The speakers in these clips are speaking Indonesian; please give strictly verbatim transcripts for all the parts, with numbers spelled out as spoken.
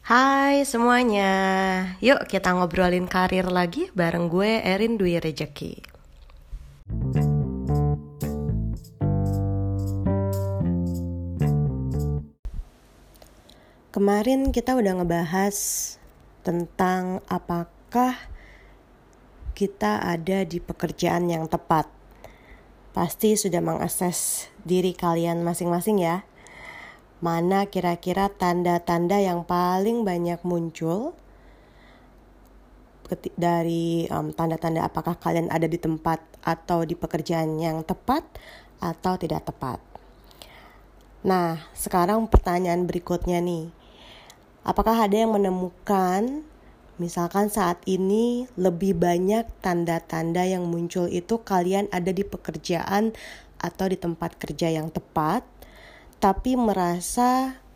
Hai semuanya, yuk kita ngobrolin karir lagi bareng gue Erin Dwi Rejeki. Kemarin kita udah ngebahas tentang apakah kita ada di pekerjaan yang tepat. Pasti sudah mengakses diri kalian masing-masing ya. Mana kira-kira tanda-tanda yang paling banyak muncul dari um, tanda-tanda apakah kalian ada di tempat atau di pekerjaan yang tepat atau tidak tepat. Nah, sekarang pertanyaan berikutnya nih. Apakah ada yang menemukan misalkan saat ini lebih banyak tanda-tanda yang muncul itu kalian ada di pekerjaan atau di tempat kerja yang tepat, tapi merasa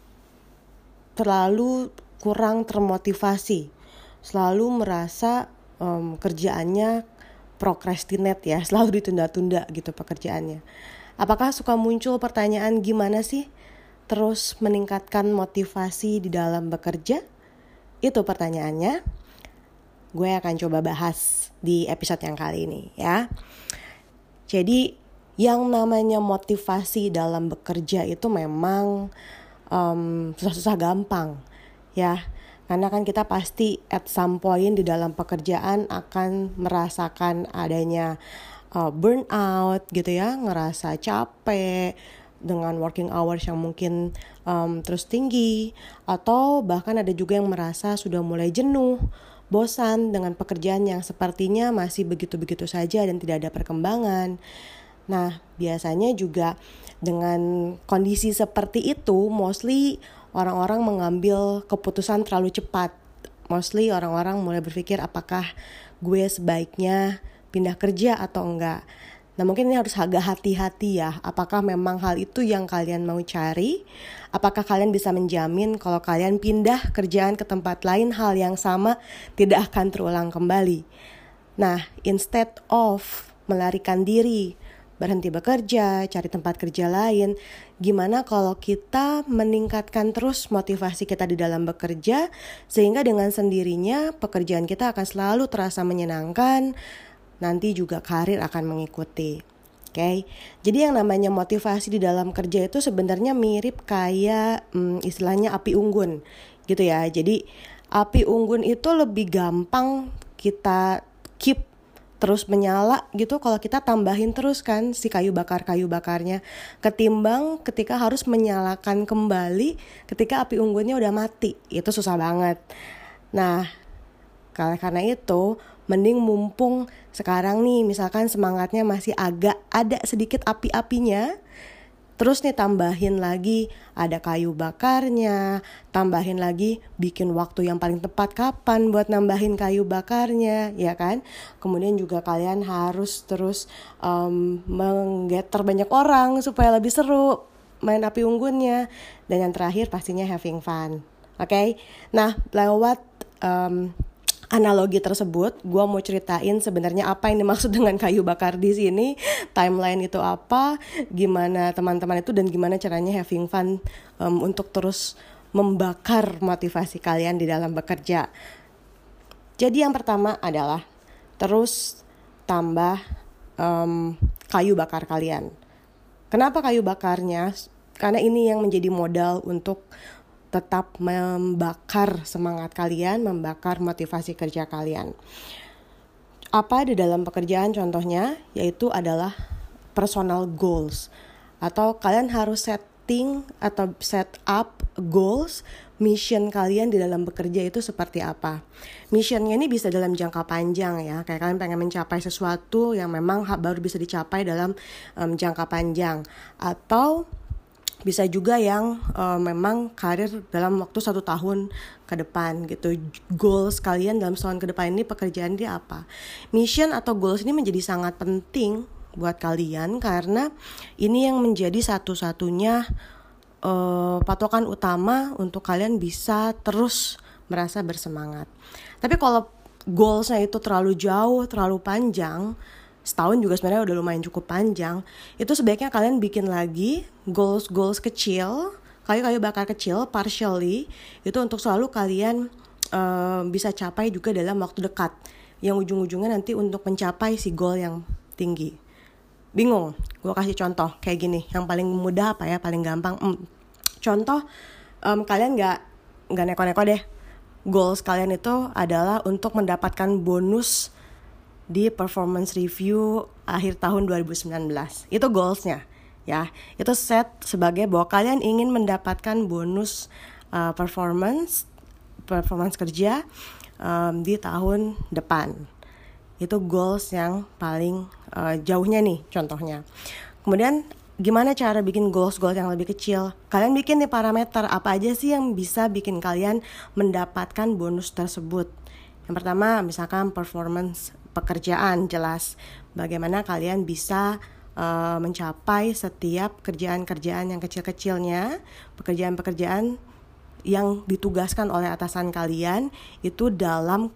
terlalu kurang termotivasi, selalu merasa um, kerjaannya procrastinate ya, selalu ditunda-tunda gitu pekerjaannya. Apakah suka muncul pertanyaan gimana sih terus meningkatkan motivasi di dalam bekerja? Itu pertanyaannya. Gue akan coba bahas di episode yang kali ini ya. Jadi yang namanya motivasi dalam bekerja itu memang um, susah-susah gampang ya. Karena kan kita pasti at some point di dalam pekerjaan akan merasakan adanya uh, burnout gitu ya, ngerasa capek dengan working hours yang mungkin um, terus tinggi, atau bahkan ada juga yang merasa sudah mulai jenuh, bosan dengan pekerjaan yang sepertinya masih begitu-begitu saja dan tidak ada perkembangan. Nah, biasanya juga dengan kondisi seperti itu, mostly orang-orang mengambil keputusan terlalu cepat. Mostly orang-orang mulai berpikir apakah gue sebaiknya pindah kerja atau enggak. Nah, mungkin ini harus agak hati-hati ya. Apakah memang hal itu yang kalian mau cari? Apakah kalian bisa menjamin kalau kalian pindah kerjaan ke tempat lain hal yang sama tidak akan terulang kembali? Nah, instead of melarikan diri, berhenti bekerja, cari tempat kerja lain, gimana kalau kita meningkatkan terus motivasi kita di dalam bekerja, sehingga dengan sendirinya pekerjaan kita akan selalu terasa menyenangkan, nanti juga karir akan mengikuti. Oke, okay? Jadi yang namanya motivasi di dalam kerja itu sebenarnya mirip kayak hmm, istilahnya api unggun gitu ya. Jadi api unggun itu lebih gampang kita keep terus menyala gitu kalau kita tambahin terus kan si kayu bakar-kayu bakarnya, ketimbang ketika harus menyalakan kembali ketika api unggunnya udah mati. Itu susah banget. Nah, karena itu mending mumpung sekarang nih misalkan semangatnya masih agak ada sedikit api-apinya, terus nih tambahin lagi ada kayu bakarnya, tambahin lagi bikin waktu yang paling tepat kapan buat nambahin kayu bakarnya, ya kan? Kemudian juga kalian harus terus um, menggetter banyak orang supaya lebih seru main api unggunnya. Dan yang terakhir pastinya having fun, oke? Okay? Nah, lewat um, analogi tersebut, gue mau ceritain sebenarnya apa yang dimaksud dengan kayu bakar di sini, timeline itu apa, gimana teman-teman itu dan gimana caranya having fun um, untuk terus membakar motivasi kalian di dalam bekerja. Jadi yang pertama adalah terus tambah um, kayu bakar kalian. Kenapa kayu bakarnya? Karena ini yang menjadi modal untuk tetap membakar semangat kalian, membakar motivasi kerja kalian. Apa di dalam pekerjaan contohnya? Yaitu adalah personal goals. Atau kalian harus setting atau set up goals, mission kalian di dalam bekerja itu seperti apa. Missionnya ini bisa dalam jangka panjang ya. Kayak kalian pengen mencapai sesuatu yang memang baru bisa dicapai dalam um, jangka panjang. Atau bisa juga yang uh, memang karir dalam waktu satu tahun ke depan gitu. Goals kalian dalam setahun ke depan ini pekerjaan dia apa. Mission atau goals ini menjadi sangat penting buat kalian karena ini yang menjadi satu-satunya uh, patokan utama untuk kalian bisa terus merasa bersemangat. Tapi kalau goalsnya itu terlalu jauh, terlalu panjang, setahun juga sebenarnya udah lumayan cukup panjang, itu sebaiknya kalian bikin lagi goals-goals kecil kayu-kayu bakar kecil partially itu untuk selalu kalian uh, bisa capai juga dalam waktu dekat, yang ujung-ujungnya nanti untuk mencapai si goal yang tinggi. Bingung? Gue kasih contoh kayak gini, yang paling mudah apa ya, paling gampang. Hmm. Contoh, um, kalian nggak nggak neko-neko deh. Goals kalian itu adalah untuk mendapatkan bonus di performance review akhir tahun dua ribu sembilan belas. Itu goalsnya, ya. Itu set sebagai bahwa kalian ingin mendapatkan bonus uh, performance performance kerja um, di tahun depan. Itu goals yang paling uh, jauhnya nih contohnya. Kemudian gimana cara bikin goals-goals yang lebih kecil? Kalian bikin nih parameter apa aja sih yang bisa bikin kalian mendapatkan bonus tersebut. Yang pertama misalkan performance pekerjaan, jelas bagaimana kalian bisa uh, mencapai setiap kerjaan-kerjaan yang kecil-kecilnya, pekerjaan-pekerjaan yang ditugaskan oleh atasan kalian itu dalam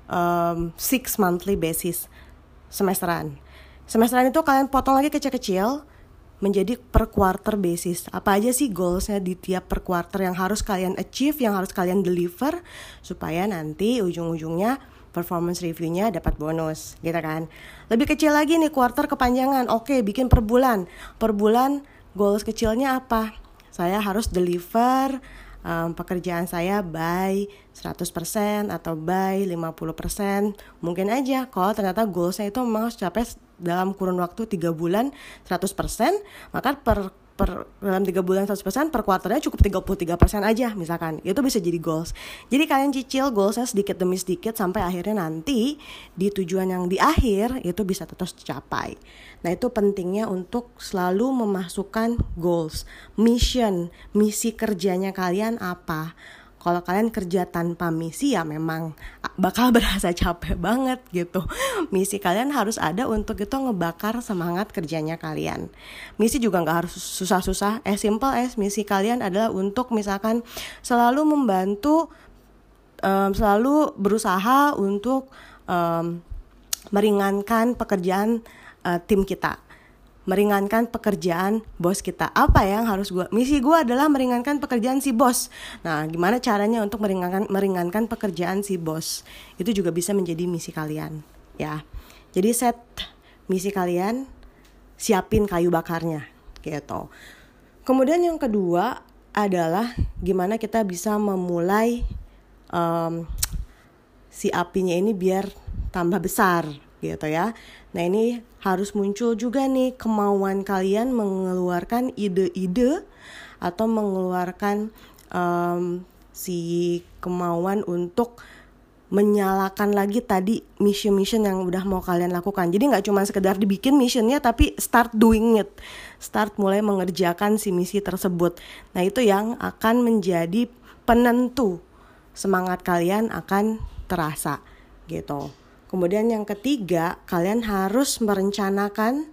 um, six monthly basis, semesteran. Semesteran itu kalian potong lagi kecil-kecil menjadi per quarter basis. Apa aja sih goalsnya di tiap per quarter yang harus kalian achieve, yang harus kalian deliver, supaya nanti ujung-ujungnya performance review-nya dapat bonus, gitu kan. Lebih kecil lagi nih, quarter kepanjangan. Oke, bikin per bulan. Per bulan goals kecilnya apa? Saya harus deliver um, pekerjaan saya by seratus persen atau by lima puluh persen. Mungkin aja kalau ternyata goalsnya itu memang harus capai dalam kurun waktu tiga bulan seratus persen, maka per per dalam tiga bulan seratus persen, per kuarternya cukup tiga puluh tiga persen aja misalkan. Itu bisa jadi goals. Jadi kalian cicil goalsnya sedikit demi sedikit sampai akhirnya nanti di tujuan yang di akhir itu bisa terus tercapai. Nah, itu pentingnya untuk selalu memasukkan goals, mission, misi kerjanya kalian apa. Kalau kalian kerja tanpa misi ya memang bakal berasa capek banget gitu. Misi kalian harus ada untuk itu ngebakar semangat kerjanya kalian. Misi juga gak harus susah-susah. As simple as misi kalian adalah untuk misalkan selalu membantu, um, selalu berusaha untuk um, meringankan pekerjaan uh, tim kita, meringankan pekerjaan bos kita. Apa yang harus gue, misi gue adalah meringankan pekerjaan si bos. Nah, gimana caranya untuk meringankan meringankan pekerjaan si bos? Itu juga bisa menjadi misi kalian, ya. Jadi set misi kalian, siapin kayu bakarnya, gitu. Kemudian yang kedua adalah gimana kita bisa memulai um, si apinya ini biar tambah besar, gitu ya. Nah, ini harus muncul juga nih kemauan kalian mengeluarkan ide-ide atau mengeluarkan um, si kemauan untuk menyalakan lagi tadi mission-mission yang udah mau kalian lakukan. Jadi gak cuma sekedar dibikin missionnya, tapi start doing it, start mulai mengerjakan si misi tersebut. Nah, itu yang akan menjadi penentu semangat kalian akan terasa, gitu. Kemudian yang ketiga, kalian harus merencanakan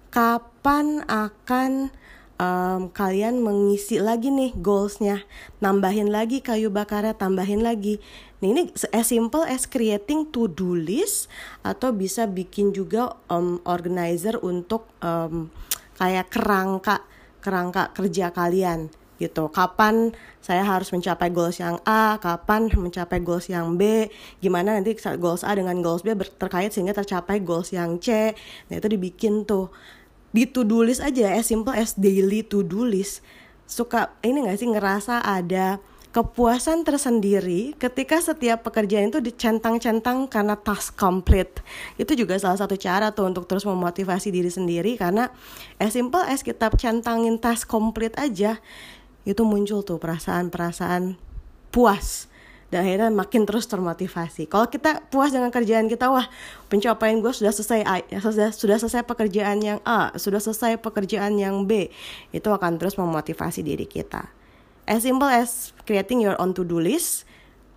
kapan akan um, kalian mengisi lagi nih goalsnya, nambahin lagi kayu bakarnya, tambahin lagi. Nah, ini as simple as creating to-do list, atau bisa bikin juga um, organizer untuk um, kayak kerangka kerangka kerja kalian. Gitu. Kapan saya harus mencapai goals yang A, kapan mencapai goals yang B, gimana nanti goals A dengan goals B terkait sehingga tercapai goals yang C. Nah, itu dibikin tuh di to-do list aja, as simple as daily to-do list. Suka ini gak sih ngerasa ada kepuasan tersendiri ketika setiap pekerjaan itu dicentang-centang karena task complete. Itu juga salah satu cara tuh untuk terus memotivasi diri sendiri, karena as simple as kita centangin task complete aja, itu muncul tuh perasaan-perasaan puas, dan akhirnya makin terus termotivasi. Kalau kita puas dengan kerjaan kita, wah, pencapaian gue sudah selesai, sudah, sudah selesai pekerjaan yang A, sudah selesai pekerjaan yang B, itu akan terus memotivasi diri kita. As simple as creating your own to-do list,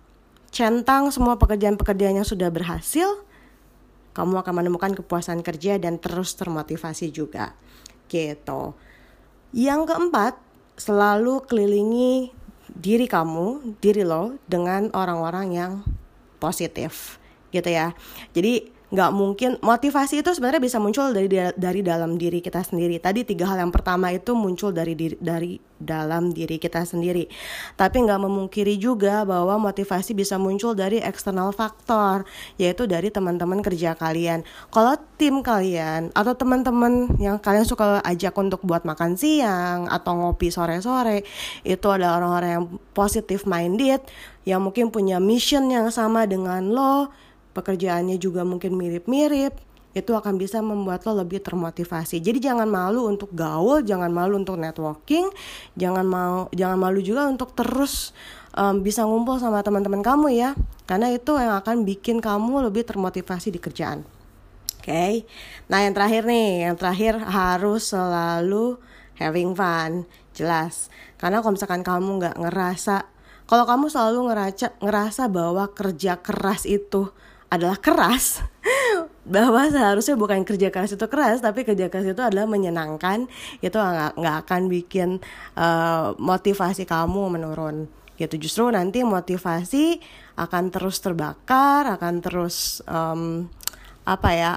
centang semua pekerjaan-pekerjaan yang sudah berhasil, kamu akan menemukan kepuasan kerja dan terus termotivasi juga, gitu. Yang keempat, selalu kelilingi diri kamu, diri lo dengan orang-orang yang positif, gitu ya. Jadi nggak mungkin. Motivasi itu sebenarnya bisa muncul dari dari dalam diri kita sendiri. Tadi tiga hal yang pertama itu muncul dari diri, dari dalam diri kita sendiri. Tapi nggak memungkiri juga bahwa motivasi bisa muncul dari eksternal faktor, yaitu dari teman-teman kerja kalian. Kalau tim kalian atau teman-teman yang kalian suka ajak untuk buat makan siang atau ngopi sore-sore, itu adalah orang-orang yang positive minded, yang mungkin punya mission yang sama dengan lo, pekerjaannya juga mungkin mirip-mirip, itu akan bisa membuat lo lebih termotivasi. Jadi jangan malu untuk gaul, jangan malu untuk networking, jangan mau jangan malu juga untuk terus um, bisa ngumpul sama teman-teman kamu ya, karena itu yang akan bikin kamu lebih termotivasi di kerjaan. Oke, okay? Nah yang terakhir nih, yang terakhir harus selalu having fun, jelas. Karena kalau misalkan kamu nggak ngerasa, kalau kamu selalu ngerasa ngerasa bahwa kerja keras itu adalah keras, bahwa seharusnya bukan kerja keras itu keras, tapi kerja keras itu adalah menyenangkan, itu nggak nggak akan bikin uh, motivasi kamu menurun gitu. Justru nanti motivasi akan terus terbakar, akan terus um, apa ya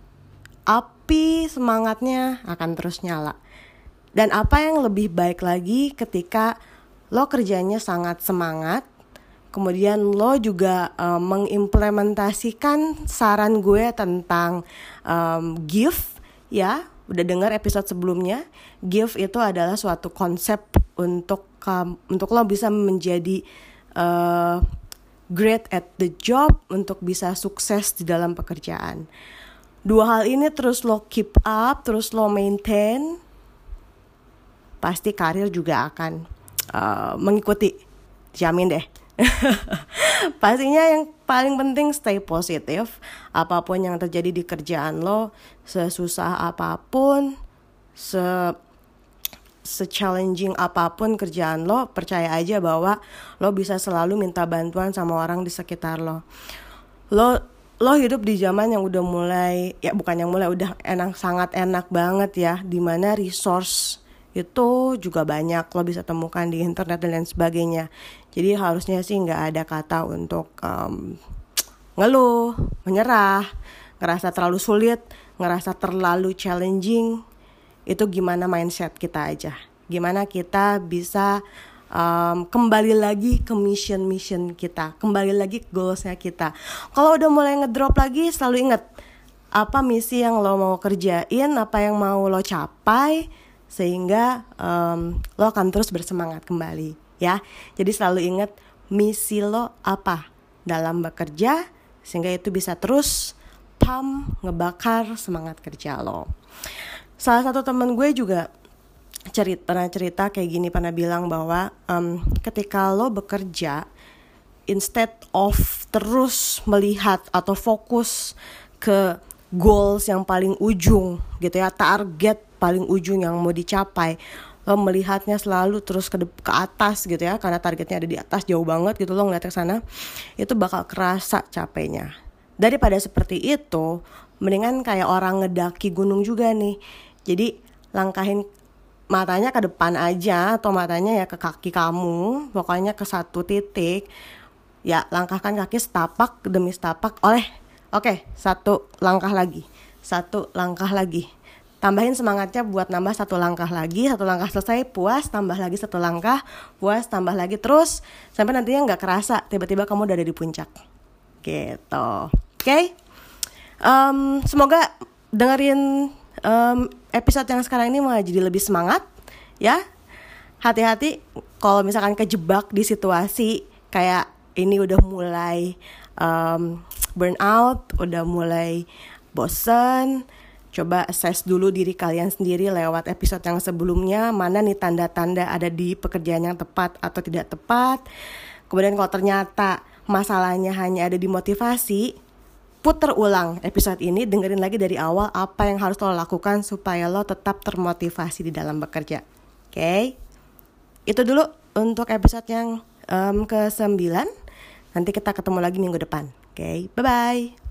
api semangatnya akan terus nyala. Dan apa yang lebih baik lagi ketika lo kerjanya sangat semangat, kemudian lo juga um, mengimplementasikan saran gue tentang um, give, ya, udah dengar episode sebelumnya. Give itu adalah suatu konsep untuk um, untuk lo bisa menjadi uh, great at the job, untuk bisa sukses di dalam pekerjaan. Dua hal ini terus lo keep up, terus lo maintain, pasti karir juga akan uh, mengikuti, jamin deh. Pastinya yang paling penting stay positif. Apapun yang terjadi di kerjaan lo, sesusah apapun, se se-challenging apapun kerjaan lo, percaya aja bahwa lo bisa selalu minta bantuan sama orang di sekitar lo. Lo lo hidup di zaman yang udah mulai, ya bukan yang mulai, udah enak, sangat enak banget ya, dimana resource itu juga banyak, lo bisa temukan di internet dan lain sebagainya. Jadi harusnya sih nggak ada kata untuk um, ngeluh, menyerah, ngerasa terlalu sulit, ngerasa terlalu challenging. Itu gimana mindset kita aja, gimana kita bisa um, kembali lagi ke mission-mission kita, kembali lagi ke goalsnya kita. Kalau udah mulai ngedrop lagi, selalu ingat apa misi yang lo mau kerjain, apa yang mau lo capai, sehingga um, lo akan terus bersemangat kembali ya. Jadi selalu ingat misi lo apa dalam bekerja, sehingga itu bisa terus pump, ngebakar semangat kerja lo. Salah satu teman gue juga cerita, pernah cerita kayak gini, pernah bilang bahwa um, ketika lo bekerja, instead of terus melihat atau fokus ke goals yang paling ujung gitu ya, target paling ujung yang mau dicapai, lo melihatnya selalu terus ke, de- ke atas gitu ya, karena targetnya ada di atas jauh banget gitu, lo ngeliat ke sana, itu bakal kerasa capeknya. Daripada seperti itu, mendingan kayak orang ngedaki gunung juga nih. Jadi langkahin matanya ke depan aja, atau matanya ya ke kaki kamu, pokoknya ke satu titik. Ya langkahkan kaki setapak demi setapak. Oleh, oke, satu langkah lagi, satu langkah lagi. Tambahin semangatnya buat nambah satu langkah lagi, satu langkah selesai, puas, tambah lagi satu langkah, puas, tambah lagi, terus sampai nantinya nggak kerasa, tiba-tiba kamu udah ada di puncak. Gitu, oke? Okay? Um, semoga dengerin um, episode yang sekarang ini malah jadi lebih semangat, ya. Hati-hati kalau misalkan kejebak di situasi kayak ini, udah mulai um, burn out, udah mulai bosen. Coba assess dulu diri kalian sendiri lewat episode yang sebelumnya, mana nih tanda-tanda ada di pekerjaan yang tepat atau tidak tepat. Kemudian kalau ternyata masalahnya hanya ada di motivasi, putar ulang episode ini, dengerin lagi dari awal apa yang harus lo lakukan supaya lo tetap termotivasi di dalam bekerja. Oke, okay? Itu dulu untuk episode yang um, ke sembilan. Nanti kita ketemu lagi minggu depan. Oke, okay? Bye-bye.